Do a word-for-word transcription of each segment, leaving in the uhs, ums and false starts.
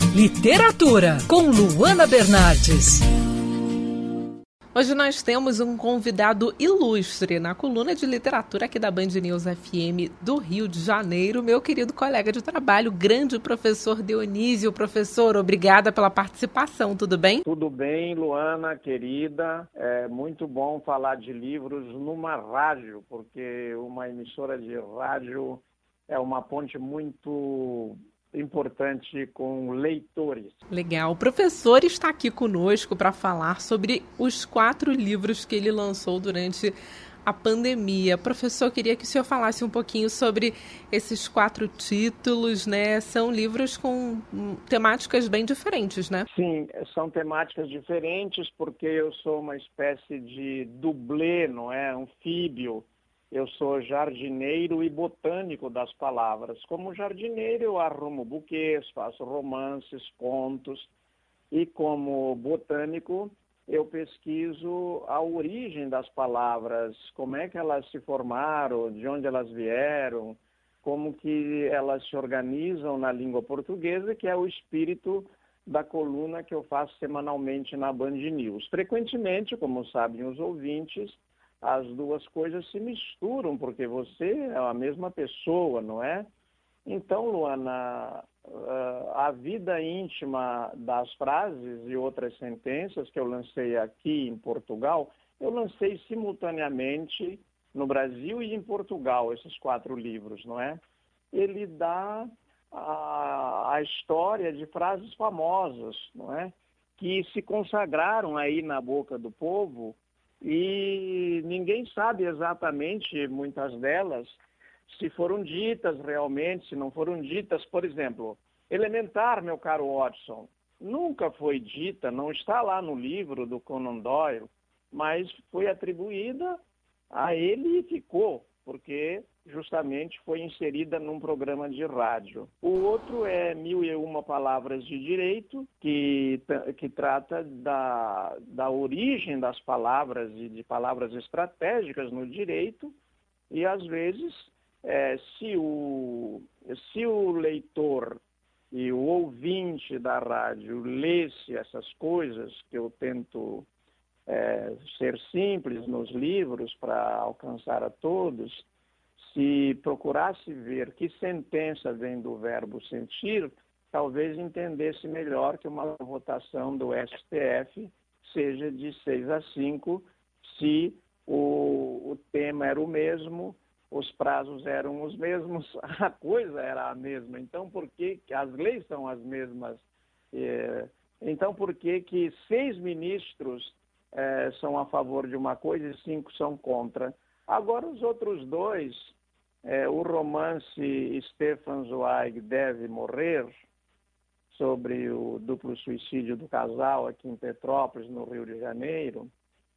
Literatura, com Luana Bernardes. Hoje nós temos um convidado ilustre na coluna de literatura aqui da Band News F M do Rio de Janeiro, meu querido colega de trabalho, grande professor Dionísio. Professor, obrigada pela participação, tudo bem? Tudo bem, Luana, querida. É muito bom falar de livros numa rádio, porque uma emissora de rádio é uma ponte muito importante com leitores. Legal. O professor está aqui conosco para falar sobre os quatro livros que ele lançou durante a pandemia. Professor, queria que o senhor falasse um pouquinho sobre esses quatro títulos, né? São livros com temáticas bem diferentes, né? Sim, são temáticas diferentes porque eu sou uma espécie de dublê, não é? Anfíbio. Eu sou jardineiro e botânico das palavras. Como jardineiro, eu arrumo buquês, faço romances, contos. E como botânico, eu pesquiso a origem das palavras, como é que elas se formaram, de onde elas vieram, como que elas se organizam na língua portuguesa, que é o espírito da coluna que eu faço semanalmente na Band News. Frequentemente, como sabem os ouvintes, as duas coisas se misturam, porque você é a mesma pessoa, não é? Então, Luana, a vida íntima das frases e outras sentenças que eu lancei aqui em Portugal, eu lancei simultaneamente no Brasil e em Portugal, esses quatro livros, não é? Ele dá a, a história de frases famosas, não é? Que se consagraram aí na boca do povo, e ninguém sabe exatamente, muitas delas, se foram ditas realmente, se não foram ditas. Por exemplo, elementar, meu caro Watson, nunca foi dita, não está lá no livro do Conan Doyle, mas foi atribuída a ele e ficou, porque justamente foi inserida num programa de rádio. O outro é Mil e Uma Palavras de Direito, que, que trata da, da origem das palavras e de palavras estratégicas no direito, e às vezes, é, se, o, se o leitor e o ouvinte da rádio lesse essas coisas, que eu tento é, ser simples nos livros para alcançar a todos, se procurasse ver que sentença vem do verbo sentir, talvez entendesse melhor que uma votação do S T F seja de seis a cinco, se o, o tema era o mesmo, os prazos eram os mesmos, a coisa era a mesma. Então, por que as leis são as mesmas? É, então, por que que seis ministros é, são a favor de uma coisa e cinco são contra? Agora, os outros dois... É, o romance Stefan Zweig Deve Morrer, sobre o duplo suicídio do casal aqui em Petrópolis, no Rio de Janeiro,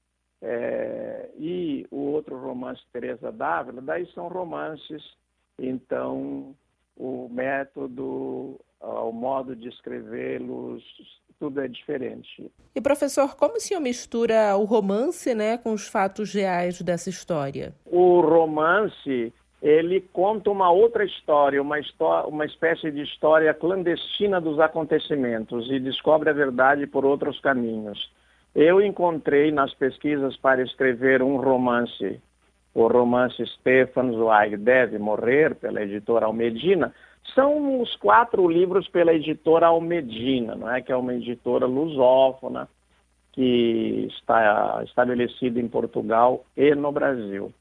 é, e o outro romance Teresa Dávila, daí são romances, então o método, o modo de escrevê-los, tudo é diferente. E, professor, como o senhor mistura o romance, né, com os fatos reais dessa história? O romance... ele conta uma outra história, uma, história, uma espécie de história clandestina dos acontecimentos e descobre a verdade por outros caminhos. Eu encontrei nas pesquisas para escrever um romance, o romance Stefan Zweig Deve Morrer, pela editora Almedina. São os quatro livros pela editora Almedina, não é? Que é uma editora lusófona que está estabelecida em Portugal e no Brasil.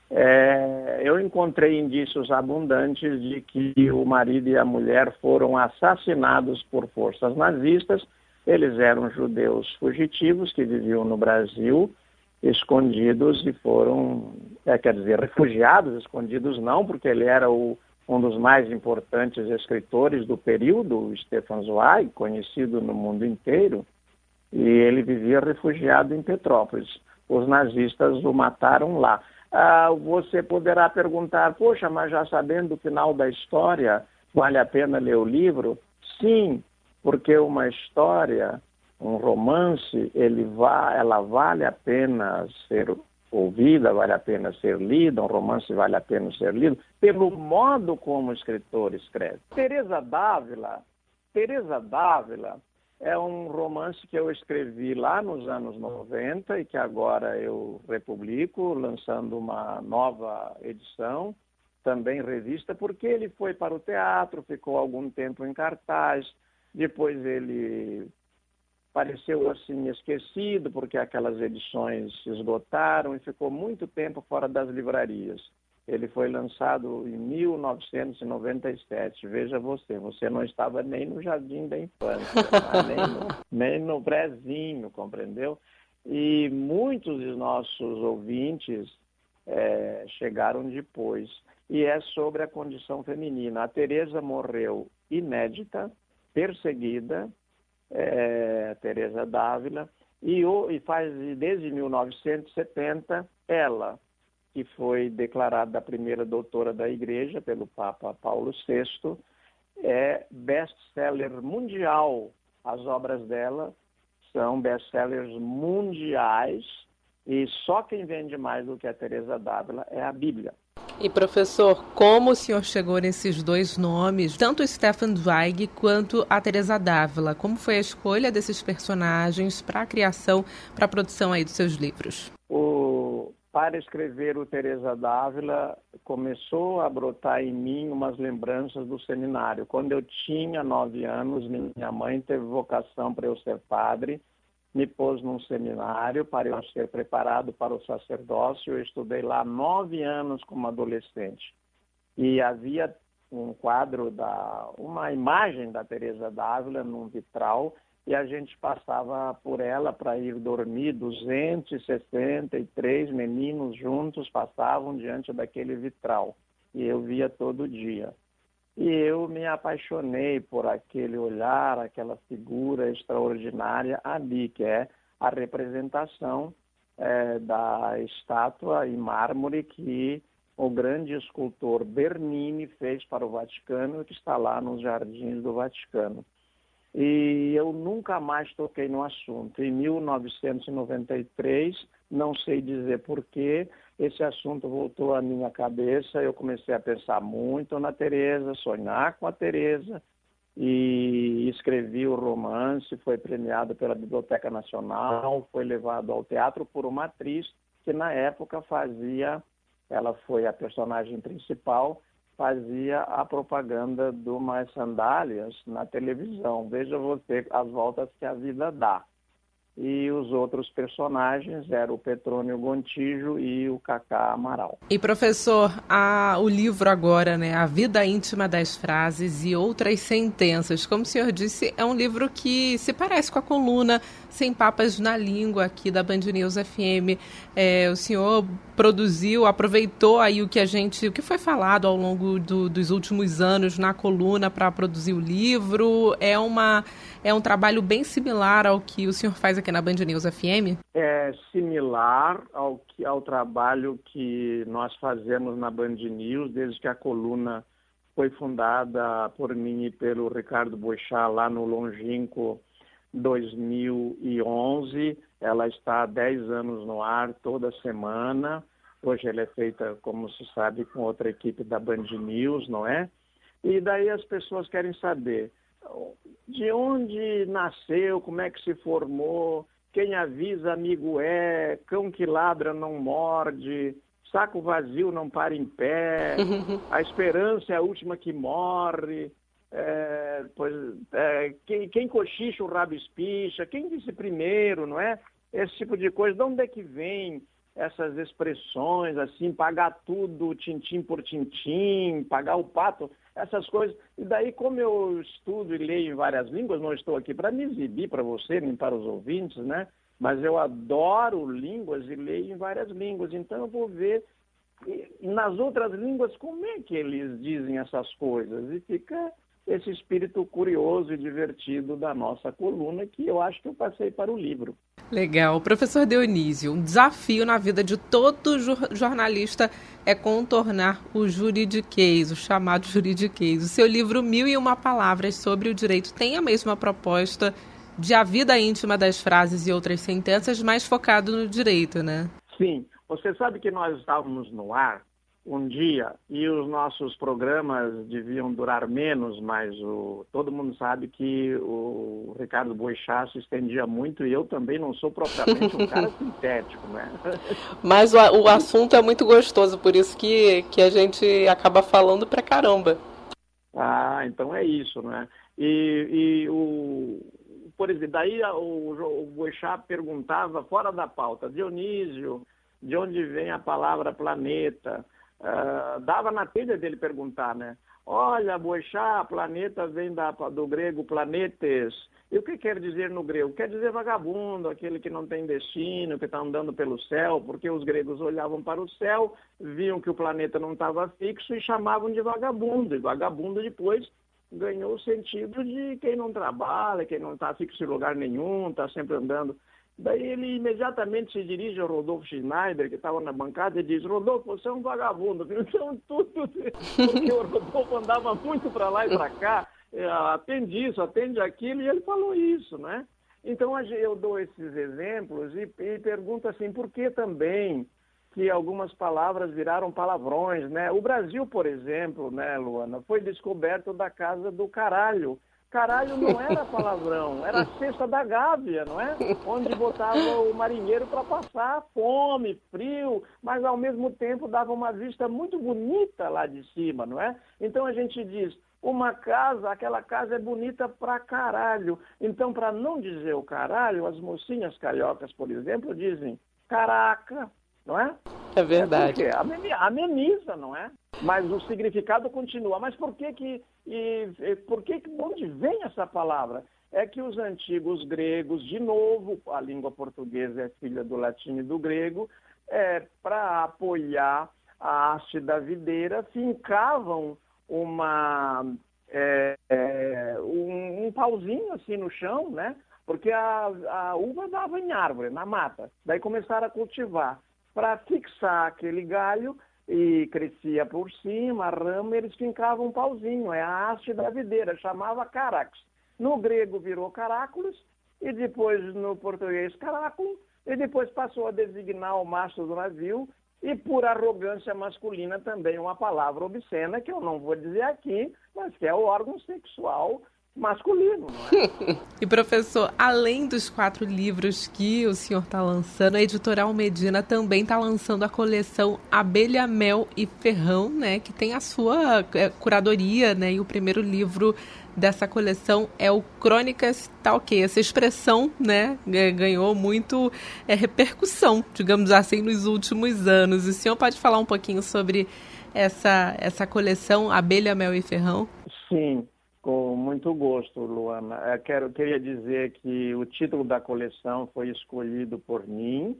É, eu encontrei indícios abundantes de que o marido e a mulher foram assassinados por forças nazistas. Eles eram judeus fugitivos que viviam no Brasil, escondidos e foram, é, quer dizer, refugiados, escondidos não, porque ele era o, um dos mais importantes escritores do período, o Stefan Zweig, conhecido no mundo inteiro, e ele vivia refugiado em Petrópolis. Os nazistas o mataram lá. Ah, você poderá perguntar, poxa, mas já sabendo o final da história, vale a pena ler o livro? Sim, porque uma história, um romance, ele va, ela vale a pena ser ouvida, vale a pena ser lida, um romance vale a pena ser lido, pelo modo como o escritor escreve. Teresa Dávila Teresa d'Ávila é um romance que eu escrevi lá nos anos noventa e que agora eu republico, lançando uma nova edição, também revista, porque ele foi para o teatro, ficou algum tempo em cartaz, depois ele pareceu assim esquecido, porque aquelas edições se esgotaram e ficou muito tempo fora das livrarias. Ele foi lançado em mil novecentos e noventa e sete. Veja você, você não estava nem no jardim da infância, tá? nem, no, nem no prézinho, compreendeu? E muitos dos nossos ouvintes é, chegaram depois. E é sobre a condição feminina. A Teresa morreu inédita, perseguida, é, Teresa d'Ávila, e, e faz desde mil novecentos e setenta ela, que foi declarada a primeira doutora da Igreja pelo Papa Paulo sexto, é best-seller mundial. As obras dela são best-sellers mundiais e só quem vende mais do que a Teresa d'Ávila é a Bíblia. E, professor, como o senhor chegou nesses dois nomes, tanto Stefan Zweig quanto a Teresa d'Ávila? Como foi a escolha desses personagens para a criação, para a produção aí dos seus livros? O... Para escrever o Teresa d'Ávila, começou a brotar em mim umas lembranças do seminário. Quando eu tinha nove anos, minha mãe teve vocação para eu ser padre, me pôs num seminário para eu ser preparado para o sacerdócio. Eu estudei lá nove anos como adolescente. E havia um quadro, da, uma imagem da Teresa d'Ávila num vitral, e a gente passava por ela para ir dormir. duzentos e sessenta e três meninos juntos passavam diante daquele vitral, e eu via todo dia. E eu me apaixonei por aquele olhar, aquela figura extraordinária ali, que é a representação é, da estátua em mármore que o grande escultor Bernini fez para o Vaticano, que está lá nos jardins do Vaticano. E eu nunca mais toquei no assunto. Em mil novecentos e noventa e três, não sei dizer porquê, esse assunto voltou à minha cabeça. Eu comecei a pensar muito na Teresa, sonhar com a Teresa, e escrevi o romance. Foi premiado pela Biblioteca Nacional, foi levado ao teatro por uma atriz que na época fazia, ela foi a personagem principal, fazia a propaganda do Mais Sandálias na televisão. Veja você as voltas que a vida dá. E os outros personagens eram o Petrônio Gontijo e o Cacá Amaral. E, professor, a, o livro agora, né, A Vida Íntima das Frases e Outras Sentenças, como o senhor disse, é um livro que se parece com a coluna Sem Papas na Língua aqui da Band News F M. É, o senhor produziu, aproveitou aí o que a gente, o que foi falado ao longo do, dos últimos anos na coluna para produzir o livro. É, uma, é um trabalho bem similar ao que o senhor faz aqui na Band News F M? É similar ao, que, ao trabalho que nós fazemos na Band News, desde que a coluna foi fundada por mim e pelo Ricardo Boechat lá no longínquo dois mil e onze. Ela está há dez anos no ar, toda semana. Hoje ela é feita, como se sabe, com outra equipe da Band News, não é? E daí as pessoas querem saber de onde nasceu, como é que se formou, quem avisa amigo é, cão que ladra não morde, saco vazio não para em pé, a esperança é a última que morre, é, pois, é, quem, quem cochicha o rabo espicha, quem disse primeiro, não é? Esse tipo de coisa. De onde é que vem essas expressões, assim, pagar tudo tintim por tintim, pagar o pato, essas coisas. E daí, como eu estudo e leio em várias línguas, não estou aqui para me exibir para você, nem para os ouvintes, né? Mas eu adoro línguas e leio em várias línguas. Então, eu vou ver nas outras línguas como é que eles dizem essas coisas. E fica esse espírito curioso e divertido da nossa coluna, que eu acho que eu passei para o livro. Legal. Professor Dionísio, um desafio na vida de todo jornalista é contornar o juridiquês, o chamado juridiquês. O seu livro Mil e Uma Palavras sobre o Direito tem a mesma proposta de A Vida Íntima das Frases e Outras Sentenças, mais focado no direito, né? Sim. Você sabe que nós estávamos no ar um dia, e os nossos programas deviam durar menos, mas o, todo mundo sabe que o Ricardo Boechat se estendia muito e eu também não sou propriamente um cara sintético, né? Mas o, o assunto é muito gostoso, por isso que, que a gente acaba falando pra caramba. Ah, então é isso, né? E, e o, por exemplo, daí o, o Boechat perguntava fora da pauta, Dionísio, de onde vem a palavra planeta? Uh, dava na telha dele perguntar, né? Olha, Boechat, planeta vem da, do grego planetes. E o que quer dizer no grego? Quer dizer vagabundo, aquele que não tem destino, que está andando pelo céu, porque os gregos olhavam para o céu, viam que o planeta não estava fixo e chamavam de vagabundo. E vagabundo depois ganhou o sentido de quem não trabalha, quem não está fixo em lugar nenhum, está sempre andando. Daí ele imediatamente se dirige ao Rodolfo Schneider, que estava na bancada, e diz, Rodolfo, você é um vagabundo. Então, tudo, porque o Rodolfo andava muito para lá e para cá, atende isso, atende aquilo, e ele falou isso, né? Então, eu dou esses exemplos e, e pergunto assim, por que também que algumas palavras viraram palavrões, né? O Brasil, por exemplo, né, Luana, foi descoberto da casa do caralho. Caralho não era palavrão, era a cesta da Gávea, não é? Onde botava o marinheiro para passar fome, frio, mas ao mesmo tempo dava uma vista muito bonita lá de cima, não é? Então a gente diz, uma casa, aquela casa é bonita pra caralho. Então, para não dizer o caralho, as mocinhas cariocas, por exemplo, dizem caraca, não é? É verdade. É porque ameniza, não é? Mas o significado continua. Mas por que que, e, e, por que que, onde vem essa palavra? É que os antigos gregos, de novo, a língua portuguesa é filha do latim e do grego, é, para apoiar a haste da videira, fincavam uma, é, é, um, um pauzinho assim no chão, né? Porque a, a uva dava em árvore, na mata. Daí começaram a cultivar. Para fixar aquele galho, e crescia por cima, a rama, eles fincavam um pauzinho, é a haste da videira, chamava carax. No grego virou caracoles, e depois no português caráculo, e depois passou a designar o mastro do navio, e por arrogância masculina também uma palavra obscena, que eu não vou dizer aqui, mas que é o órgão sexual masculino, não é? E professor, além dos quatro livros que o senhor está lançando, a Editorial Medina também está lançando a coleção Abelha, Mel e Ferrão, né, que tem a sua é, curadoria, né, e o primeiro livro dessa coleção é o Crônicas Tá Ok. Essa expressão, né, ganhou muito é, repercussão, digamos assim, nos últimos anos. O senhor pode falar um pouquinho sobre essa, essa coleção Abelha, Mel e Ferrão? Sim. Com muito gosto, Luana. Eu quero, queria dizer que o título da coleção foi escolhido por mim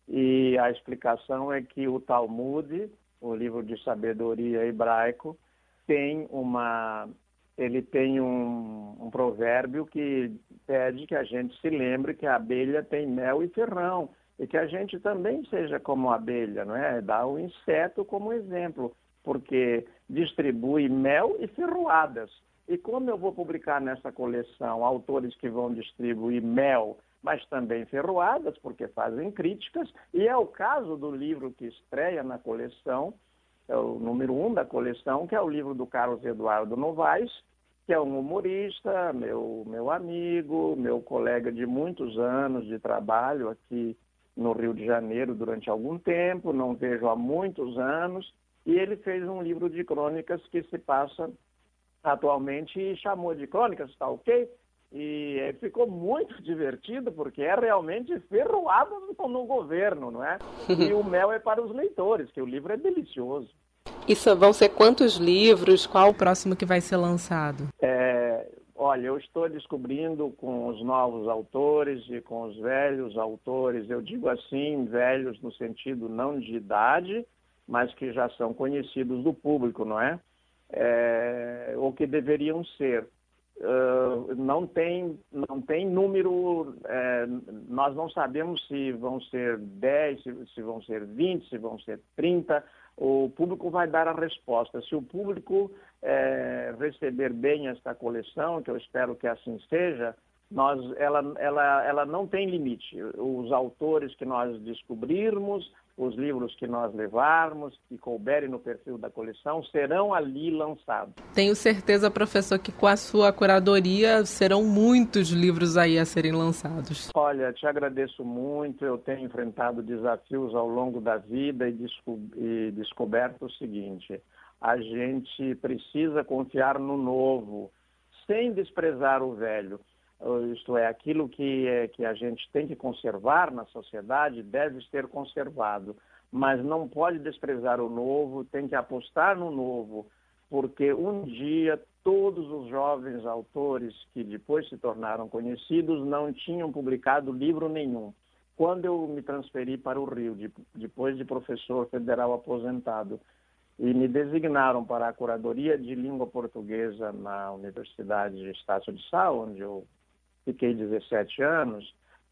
e a explicação é que o Talmud, o livro de sabedoria hebraico, tem uma, ele tem um, um provérbio que pede que a gente se lembre que a abelha tem mel e ferrão e que a gente também seja como a abelha, não é? Dá o inseto como exemplo, porque distribui mel e ferroadas. E como eu vou publicar nessa coleção autores que vão distribuir mel, mas também ferroadas, porque fazem críticas, e é o caso do livro que estreia na coleção, é o número um da coleção, que é o livro do Carlos Eduardo Novaes, que é um humorista, meu, meu amigo, meu colega de muitos anos de trabalho aqui no Rio de Janeiro durante algum tempo, não vejo há muitos anos, e ele fez um livro de crônicas que se passa atualmente e chamou de Crônicas, tá ok? E é, ficou muito divertido, porque é realmente ferroado no, no governo, não é? E o mel é para os leitores, que o livro é delicioso. Isso vão ser quantos livros? Qual o próximo que vai ser lançado? É, olha, eu estou descobrindo com os novos autores e com os velhos autores, eu digo assim, velhos no sentido não de idade, mas que já são conhecidos do público, não é? É, ou que deveriam ser. Uh, não tem, não tem número, é, nós não sabemos se vão ser dez, se, se vão ser vinte, se vão ser trinta, o público vai dar a resposta. Se o público é, receber bem esta coleção, que eu espero que assim seja, nós, ela, ela, ela não tem limite. Os autores que nós descobrirmos, os livros que nós levarmos, que couberem no perfil da coleção, serão ali lançados. Tenho certeza, professor, que com a sua curadoria serão muitos livros aí a serem lançados. Olha, te agradeço muito. Eu tenho enfrentado desafios ao longo da vida e, desco- e descoberto o seguinte: a gente precisa confiar no novo, sem desprezar o velho. Isto é, aquilo que, é, que a gente tem que conservar na sociedade deve ser conservado, mas não pode desprezar o novo, tem que apostar no novo, porque um dia todos os jovens autores que depois se tornaram conhecidos não tinham publicado livro nenhum. Quando eu me transferi para o Rio, de, depois de professor federal aposentado, e me designaram para a curadoria de língua portuguesa na Universidade de Estácio de Sá, onde eu fiquei dezessete anos,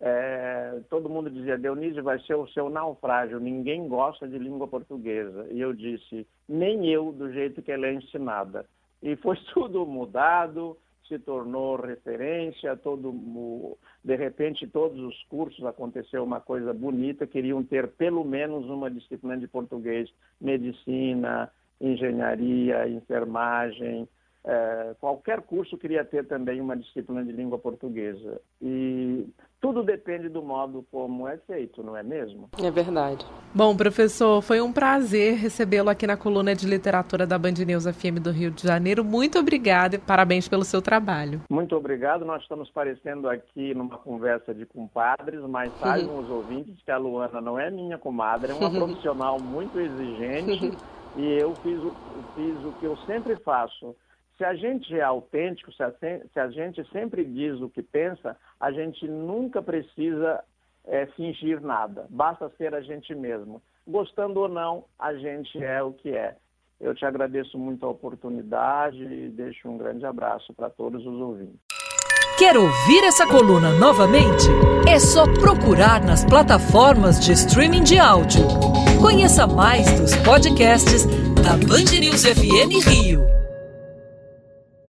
é, todo mundo dizia: Dionísio, vai ser o seu naufrágio, ninguém gosta de língua portuguesa. E eu disse: nem eu, do jeito que ela é ensinada. E foi tudo mudado, se tornou referência, todo, de repente todos os cursos aconteceu uma coisa bonita, queriam ter pelo menos uma disciplina de português, medicina, engenharia, enfermagem, É, qualquer curso queria ter também uma disciplina de língua portuguesa. E tudo depende do modo como é feito, não é mesmo? É verdade. Bom, professor, foi um prazer recebê-lo aqui na coluna de literatura da Band News F M do Rio de Janeiro. Muito obrigada e parabéns pelo seu trabalho. Muito obrigado. Nós estamos parecendo aqui numa conversa de compadres, mas saibam os ouvintes que a Luana não é minha comadre, é uma profissional muito exigente e eu fiz o, fiz o que eu sempre faço. Se a gente é autêntico, se a, se a gente sempre diz o que pensa, a gente nunca precisa é, fingir nada. Basta ser a gente mesmo. Gostando ou não, a gente é o que é. Eu te agradeço muito a oportunidade e deixo um grande abraço para todos os ouvintes. Quer ouvir essa coluna novamente? É só procurar nas plataformas de streaming de áudio. Conheça mais dos podcasts da Band News F M Rio.